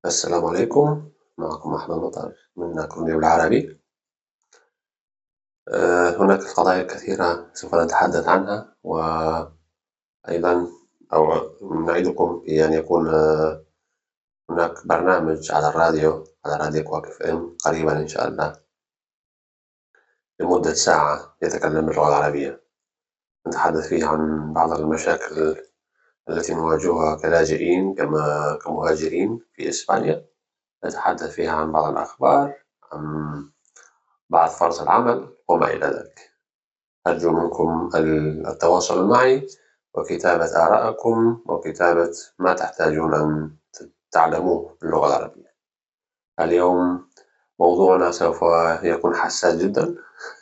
السلام عليكم. معكم أحمد مطر من كورنيو العربي. هناك قضايا كثيرة سوف نتحدث عنها، وأيضا أو نعدكم بأن يكون هناك برنامج على راديو كواك اف ام قريبا إن شاء الله لمدة ساعة يتكلم باللغة العربية، نتحدث فيه عن بعض المشاكل التي نواجهها كلاجئين كمهاجرين في إسبانيا. نتحدث فيها عن بعض الأخبار، عن بعض فرص العمل وما إلى ذلك. أرجو منكم التواصل معي وكتابة آرائكم وكتابة ما تحتاجون أن تعلموه باللغة العربية. اليوم موضوعنا سوف يكون حساس جدا،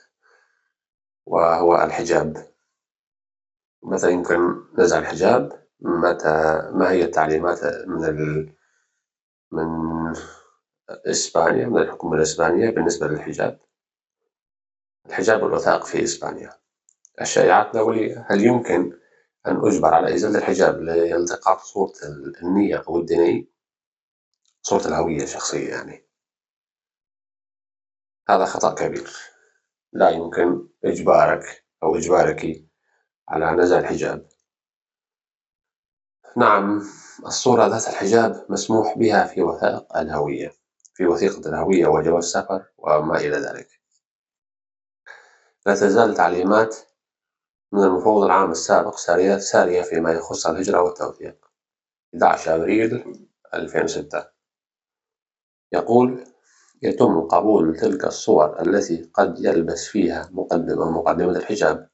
وهو الحجاب. متى يمكن نزع الحجاب؟ ما هي التعليمات من إسبانيا، من الحكومة الإسبانية بالنسبة للحجاب؟ الحجاب والوثائق في إسبانيا. الشائعات الدولية: هل يمكن أن أجبر على إزالة الحجاب لالتقاط صورة النية أو الدينية، صورة الهوية الشخصية يعني؟ هذا خطأ كبير. لا يمكن إجبارك أو إجبارك على نزع الحجاب. نعم، الصورة ذات الحجاب مسموح بها في وثائق الهوية، في وثيقة الهوية وجواز السفر وما إلى ذلك. لا تزال التعليمات من المفوض العام السابق سارية فيما يخص الهجرة والتوثيق. 11 أبريل 2006 يقول: يتم قبول تلك الصور التي قد يلبس فيها مقدمة الحجاب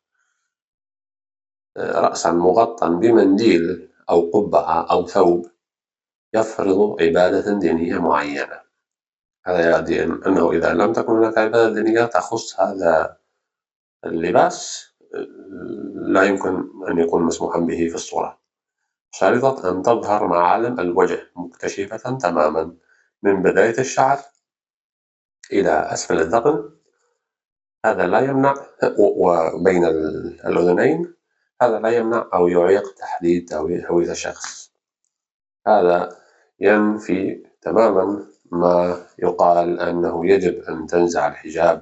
رأسا مغطى بمنديل أو قبعة أو ثوب يفرض عبادة دينية معينة. هذا يعني أنه إذا لم تكن هناك عبادة دينية تخص هذا اللباس، لا يمكن أن يكون مسموحا به في الصورة. شريطة أن تظهر معالم الوجه مكتشفة تماما من بداية الشعر إلى أسفل الذقن، هذا لا يمنع، وبين الأذنين، هذا لا يمنع أو يعيق تحديد هوية الشخص. هذا ينفي تماما ما يقال أنه يجب أن تنزع الحجاب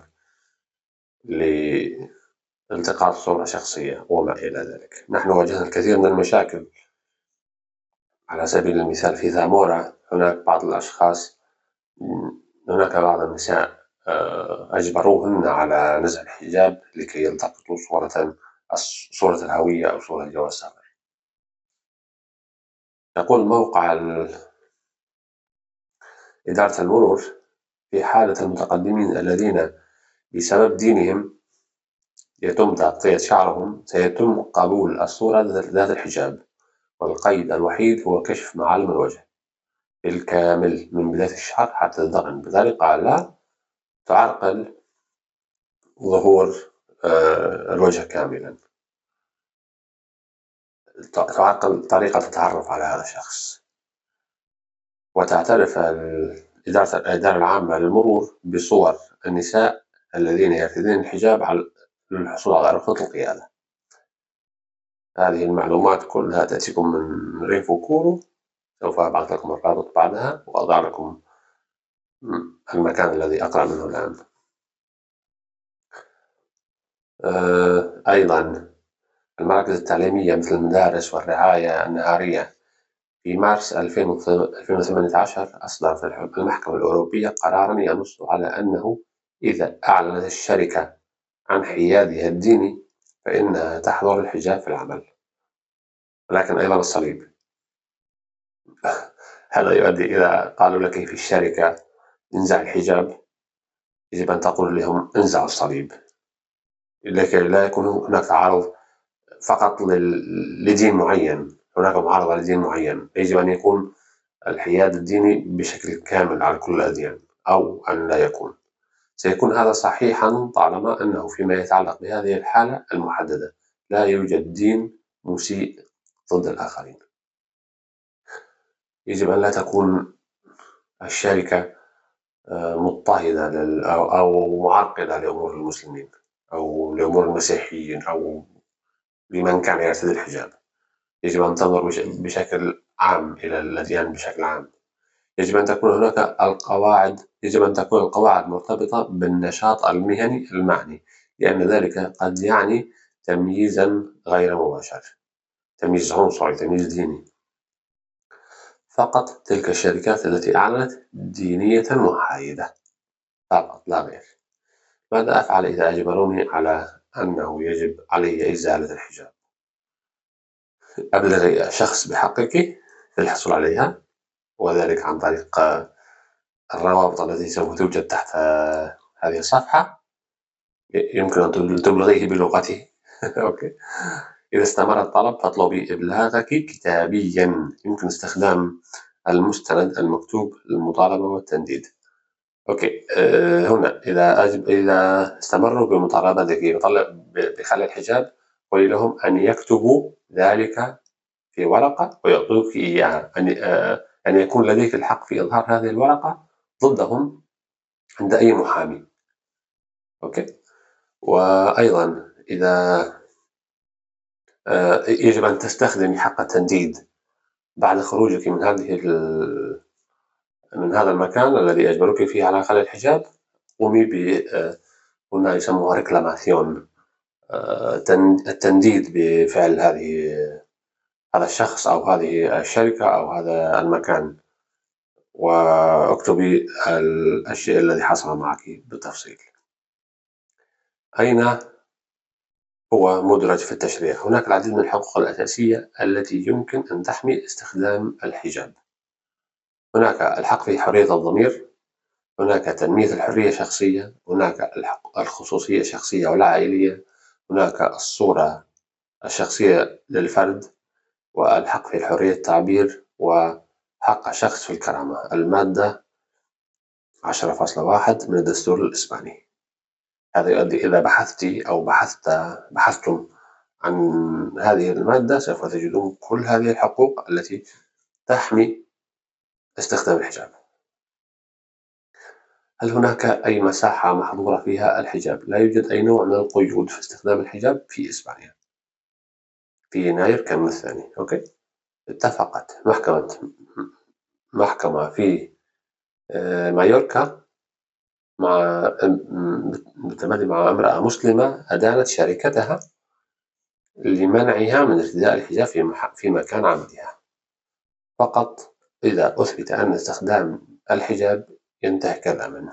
لالتقاط صورة شخصية وما إلى ذلك. نحن واجهنا الكثير من المشاكل. على سبيل المثال في زامورا هناك بعض الأشخاص، هناك بعض النساء أجبروهن على نزع الحجاب لكي يلتقطوا صورة الهوية أو صورة جواز السفر. يقول موقع إدارة المرور: في حالة المتقدمين الذين بسبب دينهم يتم تغطية شعرهم، سيتم قبول الصورة ذات الحجاب، والقيد الوحيد هو كشف معالم الوجه بالكامل من بداية الشعر حتى الذقن. بذلك لا تعرقل ظهور الوجه كاملا، تعرقل طريقة التعرف على هذا الشخص. وتعترف الإدارة العامة للمرور بصور النساء الذين يرتدين الحجاب على للحصول على رخصة القيادة. هذه المعلومات كلها تأتيكم من ريفو كورو. سوف أبعث لكم الرابط بعدها وأضع لكم المكان الذي أقرأ منه الآن. أيضا المراكز التعليمية مثل المدارس والرعاية النهارية. في مارس 2018 أصدرت المحكمة الأوروبية قرارا ينص على أنه إذا أعلنت الشركة عن حيادها الديني فإنها تحظر الحجاب في العمل، ولكن أيضا الصليب. هذا يؤدي إلى قالوا لك في الشركة انزع الحجاب، يجب أن تقول لهم انزعوا الصليب، لكي لا يكون هناك تعارض فقط لدين معين. هناك معارضة لدين معين، يجب أن يكون الحياد الديني بشكل كامل على كل الأديان، أو أن لا يكون. سيكون هذا صحيحا طالما أنه فيما يتعلق بهذه الحالة المحددة لا يوجد دين مسيء ضد الآخرين. يجب أن لا تكون الشركة مضطهدة أو معرقلة لأمور المسلمين أو لأمور المسيحيين أو لمن كان يرتدي الحجاب. يجب أن تنظر بشكل عام إلى الأديان بشكل عام. يجب أن تكون هناك القواعد، يجب أن تكون القواعد مرتبطة بالنشاط المهني المعني، لأن ذلك قد يعني تمييزا غير مباشر، تمييز عنصري، تمييز ديني. فقط تلك الشركات التي أعلنت دينية محايدة، فقط لا غير. ماذا أفعل إذا أجبروني على أنه يجب علي إزالة الحجاب؟ أبلغ شخص بحقك في الحصول عليها، وذلك عن طريق الروابط التي سوف توجد تحت هذه الصفحة. يمكن أن تبلغيه بلغته. أوكي. إذا استمر الطلب فاطلبي إبلاغك كتابيا، يمكن استخدام المستند المكتوب للمطالبة والتنديد. أوكي. هنا إذا استمروا بمطالبتك بخلع الحجاب، قولي لهم أن يكتبوا ذلك في ورقة ويعطوك إياها، أن يكون لديك الحق في إظهار هذه الورقة ضدهم عند أي محامي. أوكي. وأيضا إذا يجب أن تستخدمي حق التنديد بعد خروجك من هذا المكان الذي أجبروك فيه على خلع الحجاب. قومي هنا يسموها ريكلاماسيون، التنديد بفعل هذا الشخص أو هذه الشركة أو هذا المكان، واكتبي الشيء الذي حصل معك بالتفصيل. أين هو مدرج في التشريع؟ هناك العديد من الحقوق الأساسية التي يمكن أن تحمي استخدام الحجاب. هناك الحق في حرية الضمير، هناك تنمية الحرية الشخصية، هناك الخصوصية الشخصية والعائلية، هناك الصورة الشخصية للفرد، والحق في حرية التعبير، وحق الشخص في الكرامة، المادة 10.1 من الدستور الإسباني. هذا يؤدي إذا بحثتِ أو بحثتم عن هذه المادة سوف تجدون كل هذه الحقوق التي تحمي استخدام الحجاب. هل هناك أي مساحة محظورة فيها الحجاب؟ لا يوجد أي نوع من القيود في استخدام الحجاب في إسبانيا. في يناير كان الثاني. أوكي. اتفقت محكمة في مايوركا بالتمادي مع امرأة مسلمة أدانت شركتها لمنعها من ارتداء الحجاب في مكان عملها، فقط إذا أثبت أن استخدام الحجاب ينتهك الأمن.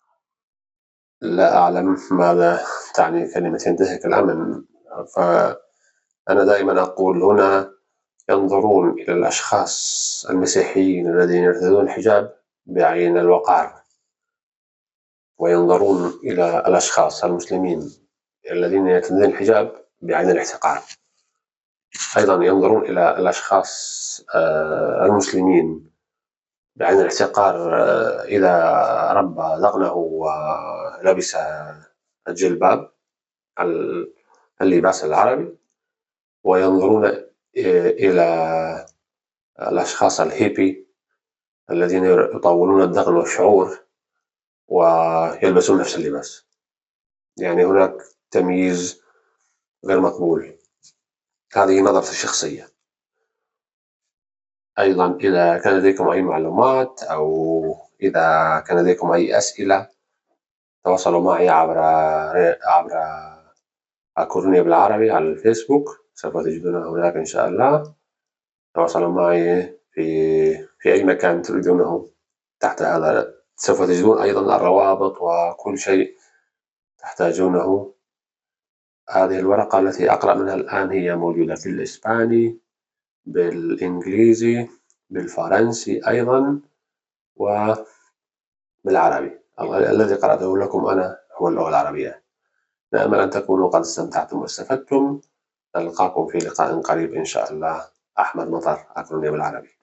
لا أعلم ماذا تعني كلمة ينتهك الأمن، فأنا دائما أقول هنا ينظرون إلى الأشخاص المسيحيين الذين يرتدون الحجاب بعين الوقار، وينظرون إلى الأشخاص المسلمين الذين يرتدون الحجاب بعين الاحتقار. أيضا ينظرون إلى الأشخاص المسلمين بعين الاحتقار إذا ربى ذقنه ولبس الجلباب، اللباس العربي، وينظرون إلى الأشخاص الهيبي الذين يطولون الذقن والشعور ويلبسون نفس اللباس. يعني هناك تمييز غير مقبول. هذه نظرتي الشخصية. أيضا إذا كان لديكم أي معلومات أو إذا كان لديكم أي أسئلة تواصلوا معي عبر أكورني بالعربي على الفيسبوك، سوف تجدونه هناك إن شاء الله. تواصلوا معي في أي مكان تريدونه تحت هذا، سوف تجدون أيضا الروابط وكل شيء تحتاجونه. هذه الورقة التي أقرأ منها الآن هي موجودة في الإسباني، بالإنجليزي، بالفرنسي أيضا، وبالعربي. الذي قرأته لكم أنا هو اللغة العربية. نأمل أن تكونوا قد استمتعتم واستفدتم. نلقاكم في لقاء قريب إن شاء الله. أحمد مطر، أكروني بالعربي.